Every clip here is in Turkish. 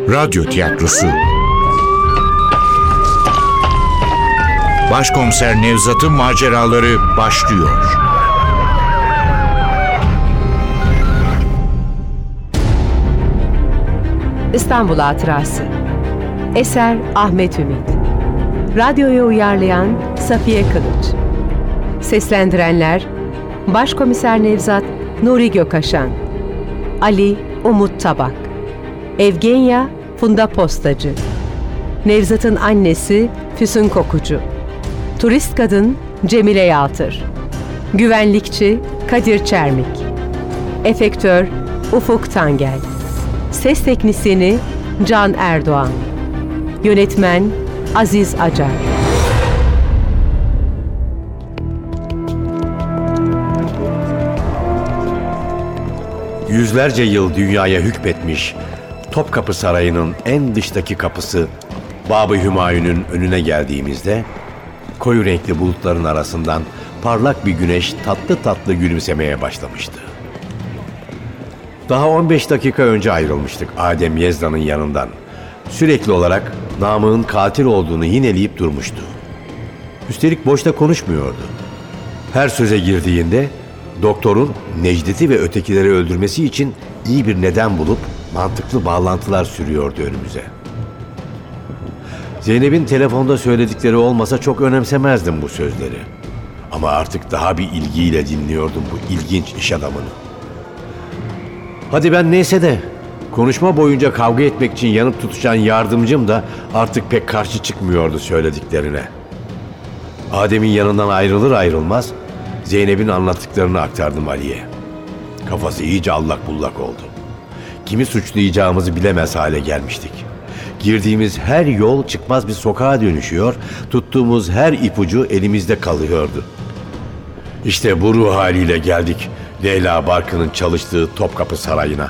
Radyo tiyatrosu. Başkomiser Nevzat'ın maceraları başlıyor. İstanbul Hatırası. Eser Ahmet Ümit. Radyoya uyarlayan Safiye Kılıç. Seslendirenler Başkomiser Nevzat Nuri Gökaşan, Ali Umut Tabak, Evgenya Funda Postacı, Nevzat'ın annesi Füsun Kokucu, turist kadın Cemile Yaltır, güvenlikçi Kadir Çermik, efektör Ufuk Tangel, ses teknisyeni Can Erdoğan, yönetmen Aziz Acar. Yüzlerce yıl dünyaya hükmetmiş Topkapı Sarayı'nın en dıştaki kapısı Bab-ı Hümayun'un önüne geldiğimizde koyu renkli bulutların arasından parlak bir güneş tatlı tatlı gülümsemeye başlamıştı. Daha 15 dakika önce ayrılmıştık Adem Yezda'nın yanından. Sürekli olarak Namık'ın katil olduğunu yineleyip durmuştu. Üstelik boşta konuşmuyordu. Her söze girdiğinde doktorun Necdet'i ve ötekileri öldürmesi için iyi bir neden bulup mantıklı bağlantılar sürüyordu önümüze. Zeynep'in telefonda söyledikleri olmasa çok önemsemezdim bu sözleri. Ama artık daha bir ilgiyle dinliyordum bu ilginç iş adamını. Hadi ben neyse de konuşma boyunca kavga etmek için yanıp tutuşan yardımcım da artık pek karşı çıkmıyordu söylediklerine. Adem'in yanından ayrılır ayrılmaz Zeynep'in anlattıklarını aktardım Ali'ye. Kafası iyice allak bullak oldu. Kimi suçlayacağımızı bilemez hale gelmiştik. Girdiğimiz her yol çıkmaz bir sokağa dönüşüyor, tuttuğumuz her ipucu elimizde kalıyordu. İşte bu ruh haliyle geldik Leyla Barkın'ın çalıştığı Topkapı Sarayı'na.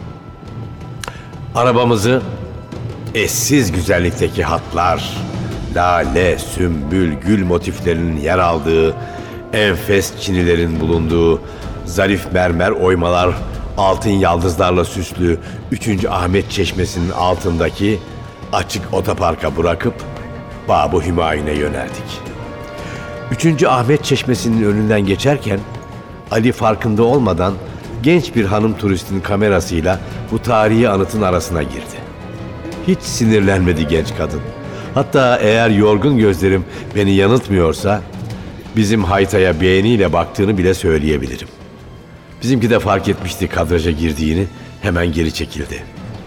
Arabamızı eşsiz güzellikteki hatlar, lale, sümbül, gül motiflerinin yer aldığı, enfes çinilerin bulunduğu, zarif mermer oymalar, altın yaldızlarla süslü 3. Ahmet Çeşmesi'nin altındaki açık otoparka bırakıp Bab-ı Hümayun'a yöneldik. 3. Ahmet Çeşmesi'nin önünden geçerken Ali farkında olmadan genç bir hanım turistin kamerasıyla bu tarihi anıtın arasına girdi. Hiç sinirlenmedi genç kadın. Hatta eğer yorgun gözlerim beni yanıltmıyorsa bizim haytaya beğeniyle baktığını bile söyleyebilirim. Bizimki de fark etmişti kadraja girdiğini, hemen geri çekildi.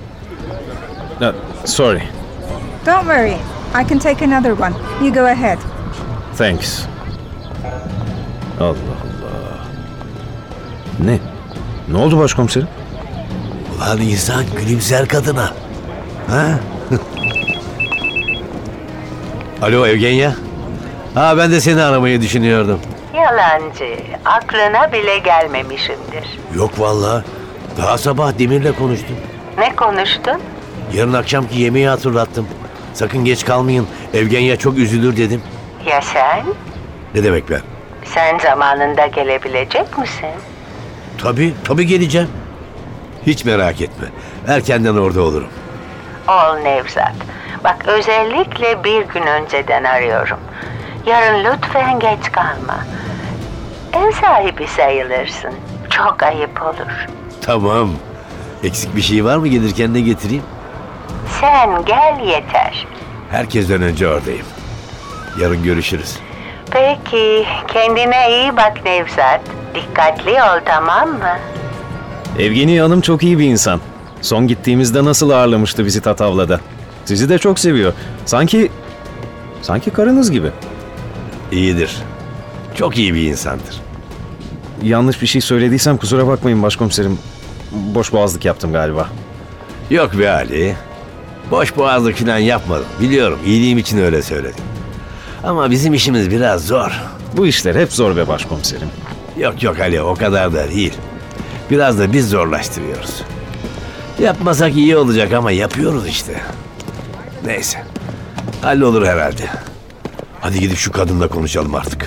Sorry. Don't worry. I can take another one. You go ahead. Thanks. Allah Allah. Ne? Ne oldu başkomiserim? Ulan insan gülümser kadına. Ha? Alo Evgenya. Ben de seni aramayı düşünüyordum. Yalancı. Aklına bile gelmemişimdir. Yok vallahi. Daha sabah Demir'le konuştum. Ne konuştun? Yarın akşamki yemeği hatırlattım. Sakın geç kalmayın. Evgenya çok üzülür dedim. Ya sen? Ne demek ben? Sen zamanında gelebilecek misin? Tabii geleceğim. Hiç merak etme. Erkenden orada olurum. Ol Nevzat. Bak özellikle bir gün önceden arıyorum. Yarın lütfen geç kalma. Ev sahibi sayılırsın. Çok ayıp olur. Tamam. Eksik bir şey var mı, gelirken ne getireyim? Sen gel yeter. Herkesten önce oradayım. Yarın görüşürüz. Peki kendine iyi bak Nevzat. Dikkatli ol, tamam mı? Evgeni Hanım çok iyi bir insan. Son gittiğimizde nasıl ağırlamıştı bizi Tatavla'da. Sizi de çok seviyor. Sanki karınız gibi. İyidir. Çok iyi bir insandır. Yanlış bir şey söylediysem kusura bakmayın başkomiserim. Boş boğazlık yaptım galiba. Yok be Ali. Boş boğazlık falan yapmadım. Biliyorum, iyiliğim için öyle söyledim. Ama bizim işimiz biraz zor. Bu işler hep zor be başkomiserim. Yok Ali, o kadar da değil. Biraz da biz zorlaştırıyoruz. Yapmasak iyi olacak ama yapıyoruz işte. Neyse. Hallolur herhalde. Hadi gidip şu kadınla konuşalım artık.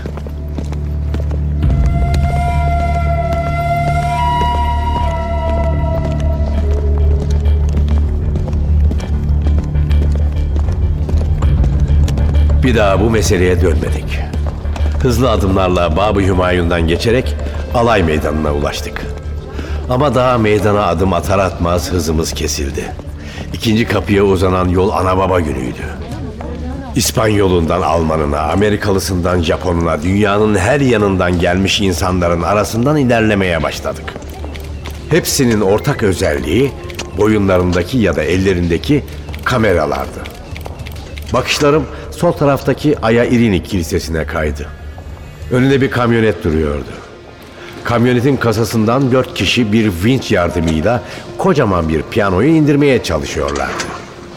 Bir daha bu meseleye dönmedik. Hızlı adımlarla Bab-ı Hümayun'dan geçerek alay meydanına ulaştık. Ama daha meydana adım atar atmaz hızımız kesildi. İkinci kapıya uzanan yol ana baba günüydü. İspanyolundan Almanına, Amerikalısından Japonuna, dünyanın her yanından gelmiş insanların arasından ilerlemeye başladık. Hepsinin ortak özelliği boyunlarındaki ya da ellerindeki kameralardı. Bakışlarım sol taraftaki Aya İrini Kilisesi'ne kaydı. Önünde bir kamyonet duruyordu. Kamyonetin kasasından 4 kişi bir vinç yardımıyla kocaman bir piyanoyu indirmeye çalışıyorlardı.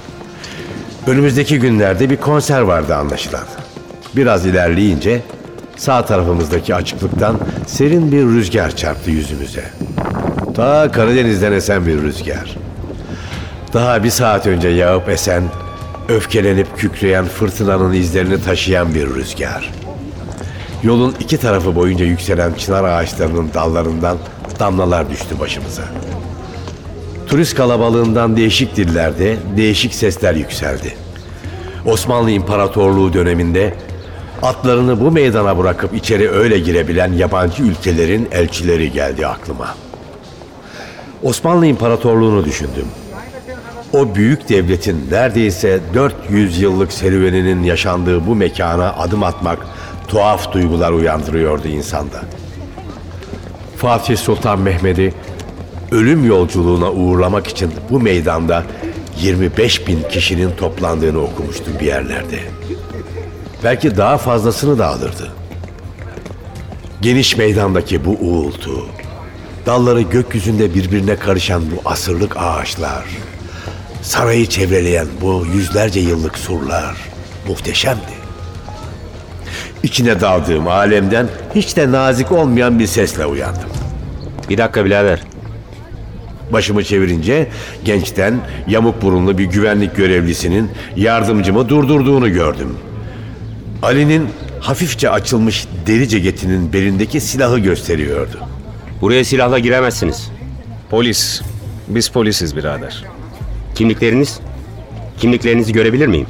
Önümüzdeki günlerde bir konser vardı anlaşılan. Biraz ilerleyince sağ tarafımızdaki açıklıktan serin bir rüzgar çarptı yüzümüze. Ta Karadeniz'den esen bir rüzgar. Daha bir saat önce yağıp esen, öfkelenip kükreyen fırtınanın izlerini taşıyan bir rüzgar. Yolun iki tarafı boyunca yükselen çınar ağaçlarının dallarından damlalar düştü başımıza. Turist kalabalığından değişik dillerde değişik sesler yükseldi. Osmanlı İmparatorluğu döneminde atlarını bu meydana bırakıp içeri öyle girebilen yabancı ülkelerin elçileri geldi aklıma. Osmanlı İmparatorluğu'nu düşündüm. O büyük devletin neredeyse 400 yıllık serüveninin yaşandığı bu mekana adım atmak tuhaf duygular uyandırıyordu insanda. Fatih Sultan Mehmet'i ölüm yolculuğuna uğurlamak için bu meydanda 25.000 kişinin toplandığını okumuştum bir yerlerde. Belki daha fazlasını da alırdı. Geniş meydandaki bu uğultu, dalları gökyüzünde birbirine karışan bu asırlık ağaçlar, sarayı çevreleyen bu yüzlerce yıllık surlar muhteşemdi. İçine daldığım alemden hiç de nazik olmayan bir sesle uyandım. Bir dakika birader. Başımı çevirince gençten yamuk burunlu bir güvenlik görevlisinin yardımcımı durdurduğunu gördüm. Ali'nin hafifçe açılmış deri ceketinin belindeki silahı gösteriyordu. Buraya silahla giremezsiniz. Polis. Biz polisiz birader. Kimlikleriniz? Kimliklerinizi görebilir miyim?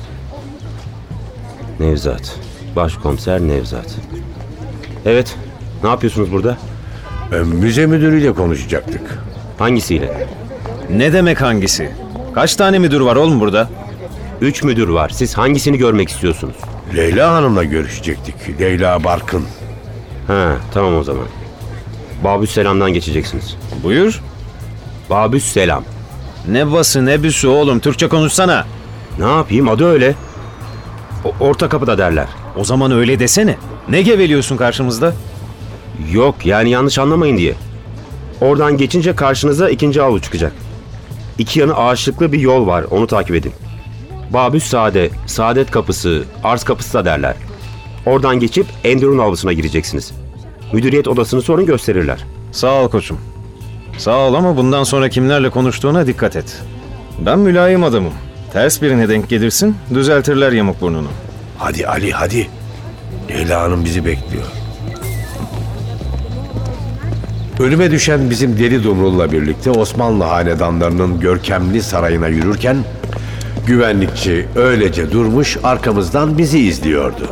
Nevzat. Başkomiser Nevzat. Evet. Ne yapıyorsunuz burada? Müze müdürüyle konuşacaktık. Hangisiyle? Ne demek hangisi? Kaç tane müdür var oğlum burada? 3 müdür var. Siz hangisini görmek istiyorsunuz? Leyla Hanım'la görüşecektik. Leyla Barkın. Ha, tamam o zaman. Babüsselam'dan geçeceksiniz. Buyur. Babüsselam. Ne bası ne büsü oğlum, Türkçe konuşsana. Ne yapayım, adı öyle. Orta kapıda derler. O zaman öyle desene. Ne geveliyorsun karşımızda? Yok yani yanlış anlamayın diye. Oradan geçince karşınıza 2. avlu çıkacak. 2 yanı ağaçlıklı bir yol var, onu takip edin. Babüssade, Saadet Kapısı, Arz Kapısı da derler. Oradan geçip Enderun avlusuna gireceksiniz. Müdüriyet odasını sorun, gösterirler. Sağ ol koçum. Sağ ol ama bundan sonra kimlerle konuştuğuna dikkat et. Ben mülayim adamım. Ters birine denk gelirsin, düzeltirler yamuk burnunu. Hadi Ali hadi. Leyla Hanım bizi bekliyor. Önüme düşen bizim Deli Dumrul'la birlikte Osmanlı hanedanlarının görkemli sarayına yürürken güvenlikçi öylece durmuş arkamızdan bizi izliyordu.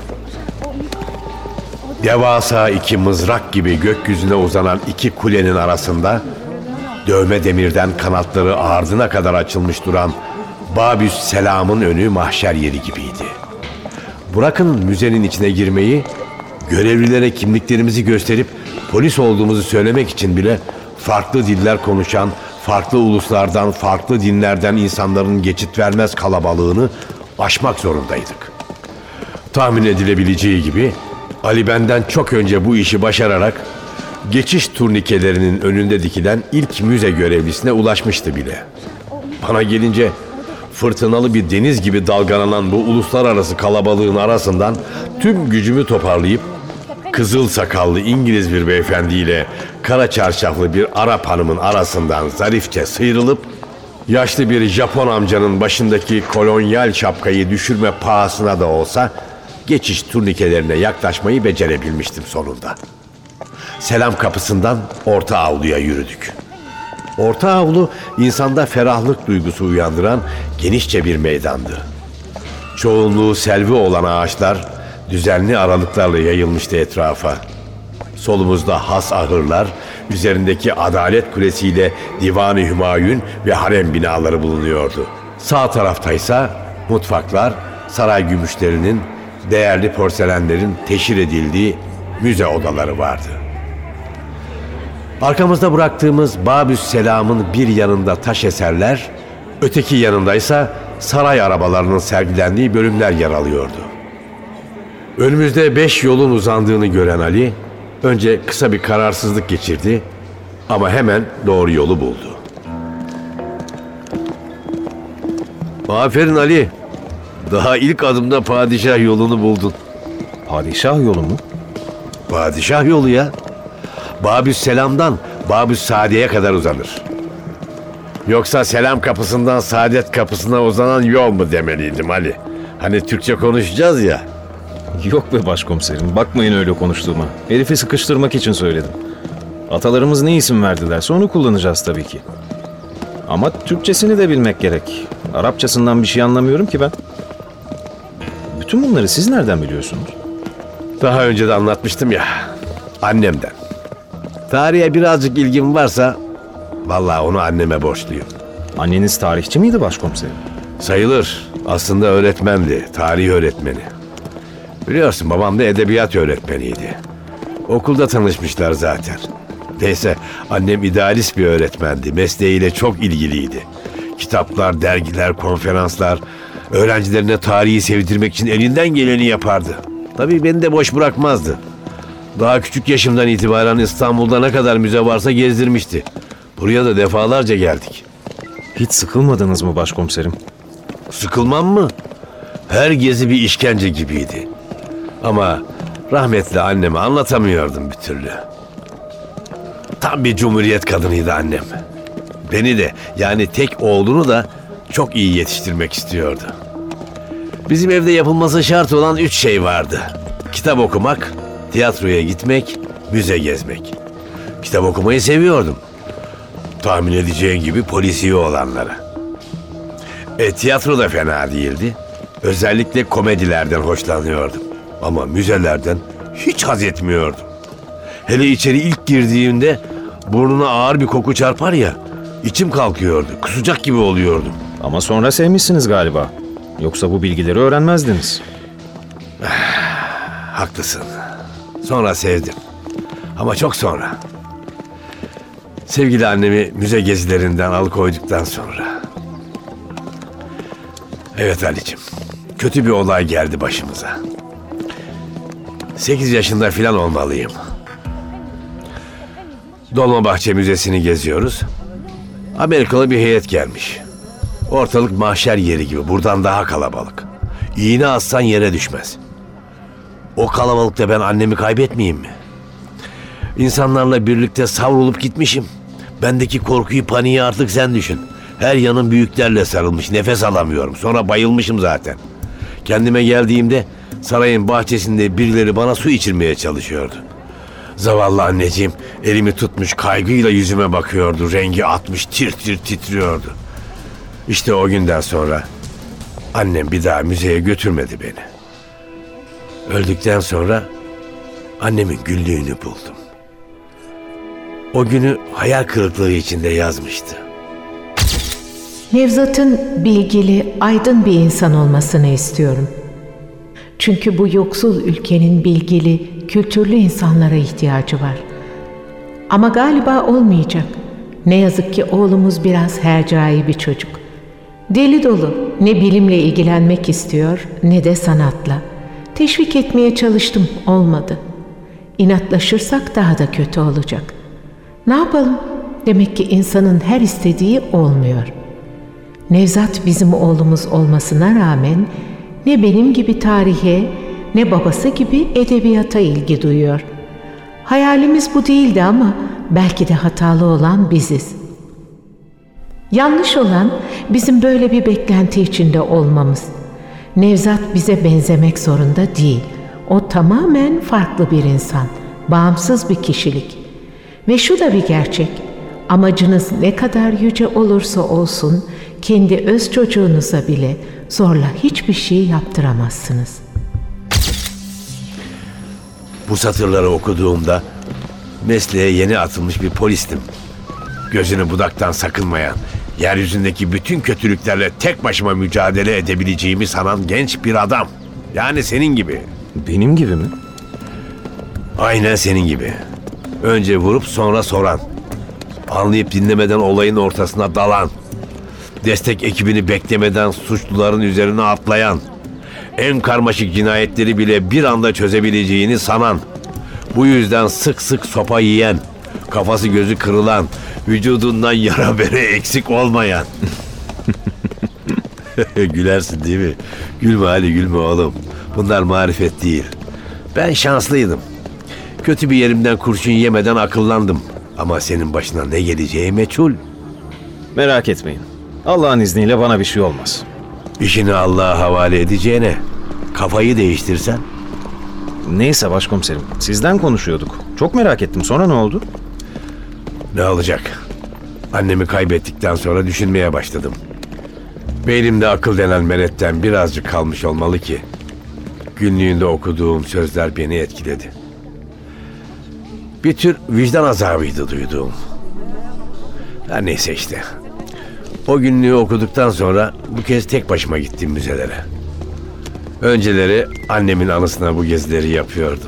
Devasa 2 mızrak gibi gökyüzüne uzanan 2 kulenin arasında dövme demirden kanatları ardına kadar açılmış duran Babüsselam'ın önü mahşer yeri gibiydi. Bırakın müzenin içine girmeyi, görevlilere kimliklerimizi gösterip polis olduğumuzu söylemek için bile farklı diller konuşan, farklı uluslardan, farklı dinlerden insanların geçit vermez kalabalığını aşmak zorundaydık. Tahmin edilebileceği gibi Ali benden çok önce bu işi başararak geçiş turnikelerinin önünde dikilen ilk müze görevlisine ulaşmıştı bile. Bana gelince fırtınalı bir deniz gibi dalgalanan bu uluslararası kalabalığın arasından tüm gücümü toparlayıp kızıl sakallı İngiliz bir beyefendiyle kara çarşaflı bir Arap hanımın arasından zarifçe sıyrılıp yaşlı bir Japon amcanın başındaki kolonyal şapkayı düşürme pahasına da olsa geçiş turnikelerine yaklaşmayı becerebilmiştim sonunda. Selam kapısından orta avluya yürüdük. Orta avlu insanda ferahlık duygusu uyandıran genişçe bir meydandı. Çoğunluğu selvi olan ağaçlar düzenli aralıklarla yayılmıştı etrafa. Solumuzda has ahırlar, üzerindeki Adalet Kulesi'yle Divan-ı Hümayun ve harem binaları bulunuyordu. Sağ taraftaysa mutfaklar, saray gümüşlerinin, değerli porselenlerin teşhir edildiği müze odaları vardı. Arkamızda bıraktığımız Babüsselam'ın bir yanında taş eserler, öteki yanındaysa saray arabalarının sergilendiği bölümler yer alıyordu. Önümüzde 5 yolun uzandığını gören Ali, önce kısa bir kararsızlık geçirdi ama hemen doğru yolu buldu. Aferin Ali, daha ilk adımda padişah yolunu buldun. Padişah yolu mu? Padişah yolu ya. Babüsselam'dan Babüssade'ye kadar uzanır. Yoksa Selam kapısından Saadet kapısına uzanan yol mu demeliydim Ali? Hani Türkçe konuşacağız ya. Yok be başkomiserim, bakmayın öyle konuştuğuma. Herifi sıkıştırmak için söyledim. Atalarımız ne isim verdilerse onu kullanacağız tabii ki. Ama Türkçesini de bilmek gerek. Arapçasından bir şey anlamıyorum ki ben. Bütün bunları siz nereden biliyorsunuz? Daha önce de anlatmıştım ya, annemden. Tarihe birazcık ilgim varsa vallahi onu anneme borçluyum. Anneniz tarihçi miydi başkomiserim? Sayılır. Aslında öğretmendi, tarih öğretmeni. Biliyorsun babam da edebiyat öğretmeniydi. Okulda tanışmışlar zaten. Neyse, annem idealist bir öğretmendi. Mesleğiyle çok ilgiliydi. Kitaplar, dergiler, konferanslar, öğrencilerine tarihi sevdirmek için elinden geleni yapardı. Tabii beni de boş bırakmazdı. Daha küçük yaşımdan itibaren İstanbul'da ne kadar müze varsa gezdirmişti. Buraya da defalarca geldik. Hiç sıkılmadınız mı başkomiserim? Sıkılmam mı? Her gezi bir işkence gibiydi. Ama rahmetli anneme anlatamıyordum bir türlü. Tam bir cumhuriyet kadınıydı annem. Beni de, yani tek oğlunu da çok iyi yetiştirmek istiyordu. Bizim evde yapılması şart olan 3 şey vardı. Kitap okumak, tiyatroya gitmek, müze gezmek. Kitap okumayı seviyordum. Tahmin edeceğin gibi polisiye olanları. Tiyatro da fena değildi. Özellikle komedilerden hoşlanıyordum. Ama müzelerden hiç haz etmiyordum. Hele içeri ilk girdiğimde burnuna ağır bir koku çarpar ya, içim kalkıyordu, kusacak gibi oluyordum. Ama sonra sevmişsiniz galiba. Yoksa bu bilgileri öğrenmezdiniz. Haklısın. Sonra sevdim. Ama çok sonra. Sevgili annemi müze gezilerinden alıkoyduktan sonra. Evet Ali'cim, kötü bir olay geldi başımıza. 8 yaşında falan olmalıyım. Dolmabahçe Müzesi'ni geziyoruz. Amerikalı bir heyet gelmiş. Ortalık mahşer yeri gibi, buradan daha kalabalık. İğne atsan yere düşmez. O kalabalıkta ben annemi kaybetmeyeyim mi? İnsanlarla birlikte savrulup gitmişim. Bendeki korkuyu, paniği artık sen düşün. Her yanım büyüklerle sarılmış, nefes alamıyorum. Sonra bayılmışım zaten. Kendime geldiğimde sarayın bahçesinde birileri bana su içirmeye çalışıyordu. Zavallı anneciğim elimi tutmuş kaygıyla yüzüme bakıyordu. Rengi atmış, tir tir titriyordu. İşte o günden sonra annem bir daha müzeye götürmedi beni. Öldükten sonra annemin güllüğünü buldum. O günü hayal kırıklığı içinde yazmıştı. Nevzat'ın bilgili, aydın bir insan olmasını istiyorum. Çünkü bu yoksul ülkenin bilgili, kültürlü insanlara ihtiyacı var. Ama galiba olmayacak. Ne yazık ki oğlumuz biraz hercai bir çocuk. Deli dolu, ne bilimle ilgilenmek istiyor ne de sanatla. Teşvik etmeye çalıştım, olmadı. İnatlaşırsak daha da kötü olacak. Ne yapalım? Demek ki insanın her istediği olmuyor. Nevzat bizim oğlumuz olmasına rağmen ne benim gibi tarihe ne babası gibi edebiyata ilgi duyuyor. Hayalimiz bu değildi ama belki de hatalı olan biziz. Yanlış olan bizim böyle bir beklenti içinde olmamız. Nevzat bize benzemek zorunda değil. O tamamen farklı bir insan, bağımsız bir kişilik. Ve şu da bir gerçek, Amacınız ne kadar yüce olursa olsun, kendi öz çocuğunuza bile zorla hiçbir şey yaptıramazsınız. Bu satırları okuduğumda mesleğe yeni atılmış bir polistim. Gözünü budaktan sakınmayan, yeryüzündeki bütün kötülüklerle tek başıma mücadele edebileceğimi sanan genç bir adam. Yani senin gibi. Benim gibi mi? Aynen senin gibi. Önce vurup sonra soran. Anlayıp dinlemeden olayın ortasına dalan. Destek ekibini beklemeden suçluların üzerine atlayan. En karmaşık cinayetleri bile bir anda çözebileceğini sanan. Bu yüzden sık sık sopa yiyen, kafası gözü kırılan, vücudundan yara bere eksik olmayan. Gülersin değil mi? Gülme Ali, gülme oğlum. Bunlar marifet değil. Ben şanslıydım. Kötü bir yerimden kurşun yemeden akıllandım. Ama senin başına ne geleceği meçhul. Merak etmeyin. Allah'ın izniyle bana bir şey olmaz. İşini Allah'a havale edeceğine kafayı değiştirsen. Neyse başkomiserim, sizden konuşuyorduk. Çok merak ettim. Sonra ne oldu? Ne olacak? Annemi kaybettikten sonra düşünmeye başladım. Beynimde akıl denen meletten birazcık kalmış olmalı ki günlüğünde okuduğum sözler beni etkiledi. Bir tür vicdan azabıydı duyduğum. Her neyse işte. O günlüğü okuduktan sonra bu kez tek başıma gittim müzelere. Önceleri annemin anısına bu gezileri yapıyordum.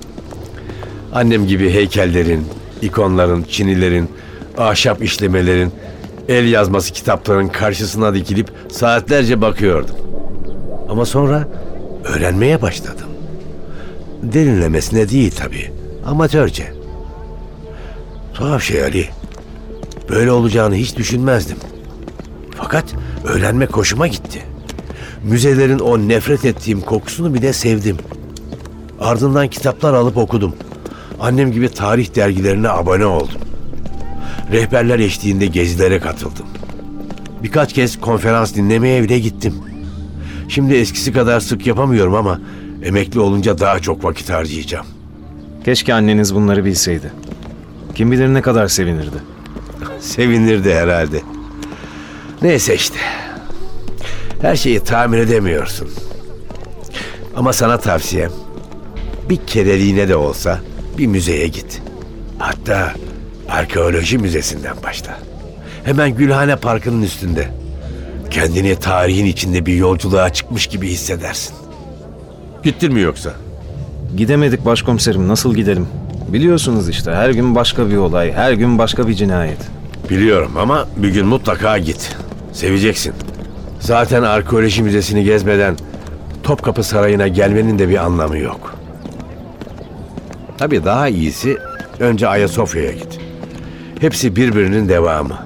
Annem gibi heykellerin, ikonların, çinilerin, ahşap işlemelerin, el yazması kitapların karşısına dikilip saatlerce bakıyordum. Ama sonra öğrenmeye başladım. Derinlemesine değil tabii, amatörce. Tuhaf şey Ali. Böyle olacağını hiç düşünmezdim. Fakat öğrenmek hoşuma gitti. Müzelerin o nefret ettiğim kokusunu bile sevdim. Ardından kitaplar alıp okudum. Annem gibi tarih dergilerine abone oldum. Rehberler eşliğinde gezilere katıldım. Birkaç kez konferans dinlemeye bile gittim. Şimdi eskisi kadar sık yapamıyorum ama emekli olunca daha çok vakit harcayacağım. Keşke anneniz bunları bilseydi. Kim bilir ne kadar sevinirdi. Sevinirdi herhalde. Neyse işte. Her şeyi tahmin edemiyorsun. Ama sana tavsiyem, bir kereliğine de olsa bir müzeye git. Hatta arkeoloji müzesinden başla. Hemen Gülhane Parkı'nın üstünde. Kendini tarihin içinde bir yolculuğa çıkmış gibi hissedersin. Gittin mi yoksa? Gidemedik başkomiserim, nasıl gidelim? Biliyorsunuz işte, her gün başka bir olay, her gün başka bir cinayet. Biliyorum ama bir gün mutlaka git. Seveceksin. Zaten arkeoloji müzesini gezmeden Topkapı Sarayı'na gelmenin de bir anlamı yok. Tabii daha iyisi önce Ayasofya'ya git. Hepsi birbirinin devamı.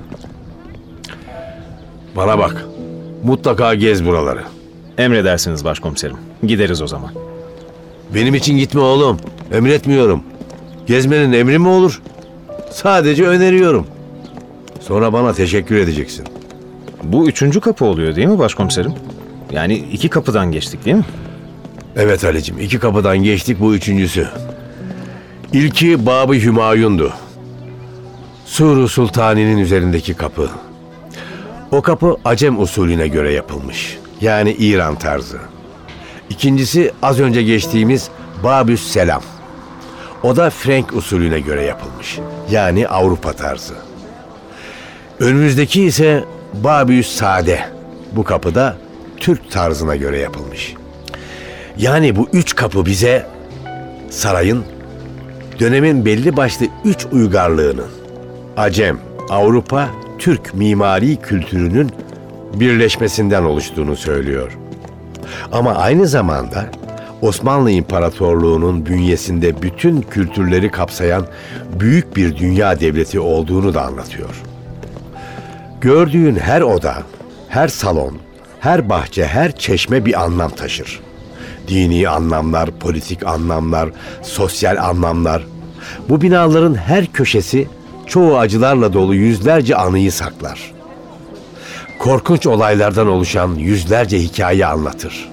Bana bak, mutlaka gez buraları. Emredersiniz başkomiserim. Gideriz o zaman. Benim için gitme oğlum. Emretmiyorum. Gezmenin emri mi olur? Sadece öneriyorum. Sonra bana teşekkür edeceksin. Bu 3. kapı oluyor değil mi başkomiserim? Yani 2 kapıdan geçtik değil mi? Evet Ali'cim, 2 kapıdan geçtik, bu 3.'sü. İlki Bab-ı Hümayun'du. Sur-u Sultani'nin üzerindeki kapı. O kapı Acem usulüne göre yapılmış. Yani İran tarzı. İkincisi az önce geçtiğimiz Babüs Selam. O da Frank usulüne göre yapılmış. Yani Avrupa tarzı. Önümüzdeki ise Babüs Sade. Bu kapı da Türk tarzına göre yapılmış. Yani bu 3 kapı bize sarayın dönemin belli başlı 3 uygarlığının Acem, Avrupa, Türk mimari kültürünün birleşmesinden oluştuğunu söylüyor. Ama aynı zamanda Osmanlı İmparatorluğu'nun bünyesinde bütün kültürleri kapsayan büyük bir dünya devleti olduğunu da anlatıyor. Gördüğün her oda, her salon, her bahçe, her çeşme bir anlam taşır. Dini anlamlar, politik anlamlar, sosyal anlamlar. Bu binaların her köşesi çoğu acılarla dolu yüzlerce anıyı saklar. Korkunç olaylardan oluşan yüzlerce hikaye anlatır.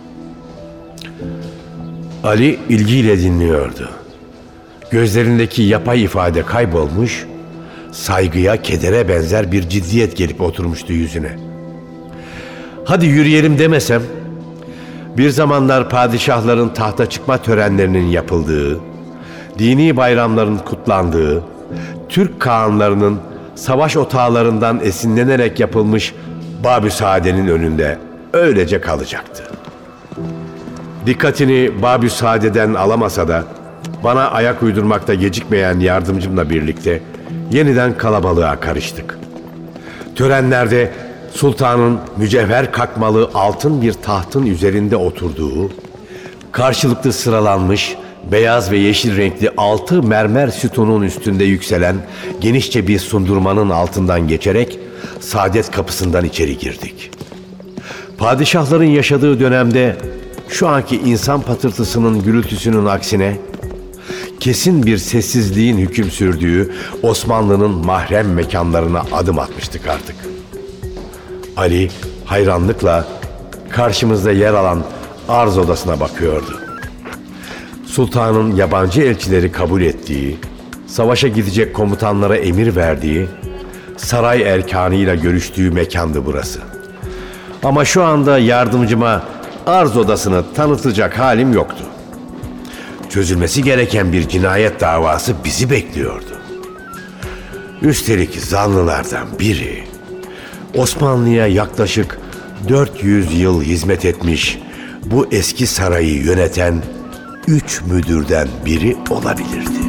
Ali ilgiyle dinliyordu. Gözlerindeki yapay ifade kaybolmuş, saygıya, kedere benzer bir ciddiyet gelip oturmuştu yüzüne. Hadi yürüyelim demesem, bir zamanlar padişahların tahta çıkma törenlerinin yapıldığı, dini bayramların kutlandığı, Türk kağanlarının savaş otağlarından esinlenerek yapılmış Babü Saade'nin önünde öylece kalacaktı. Dikkatini Babü Saade'den alamasa da bana ayak uydurmakta gecikmeyen yardımcımla birlikte yeniden kalabalığa karıştık. Törenlerde sultanın mücevher kakmalı altın bir tahtın üzerinde oturduğu, karşılıklı sıralanmış beyaz ve yeşil renkli 6 mermer sütunun üstünde yükselen genişçe bir sundurmanın altından geçerek Saadet Kapısı'ndan içeri girdik. Padişahların yaşadığı dönemde şu anki insan patırtısının gürültüsünün aksine kesin bir sessizliğin hüküm sürdüğü Osmanlı'nın mahrem mekanlarına adım atmıştık artık. Ali hayranlıkla karşımızda yer alan arz odasına bakıyordu. Sultanın yabancı elçileri kabul ettiği, savaşa gidecek komutanlara emir verdiği, saray erkanıyla görüştüğü mekandı burası. Ama şu anda yardımcıma arz odasını tanıtacak halim yoktu. Çözülmesi gereken bir cinayet davası bizi bekliyordu. Üstelik zanlılardan biri, Osmanlı'ya yaklaşık 400 yıl hizmet etmiş bu eski sarayı yöneten 3 müdürden biri olabilirdi.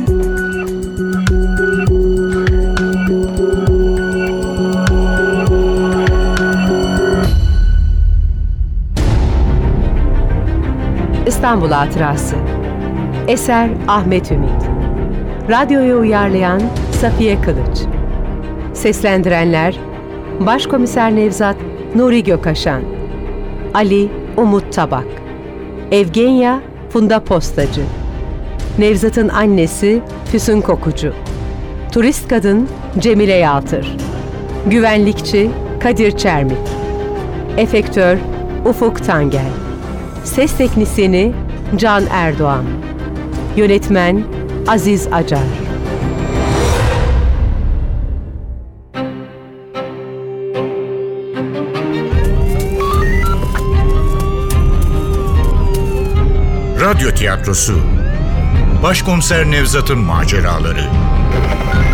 İstanbul Hatırası. Eser Ahmet Ümit. Radyoya uyarlayan Safiye Kılıç. Seslendirenler Başkomiser Nevzat Nuri Gökaşan, Ali Umut Tabak, Evgenya Funda Postacı, Nevzat'ın annesi Füsun Kokucu, turist kadın Cemile Yaltır, güvenlikçi Kadir Çermik, efektör Ufuk Tangel, ses teknisyeni Can Erdoğan, yönetmen Aziz Acar. Radyo tiyatrosu Başkomiser Nevzat'ın maceraları.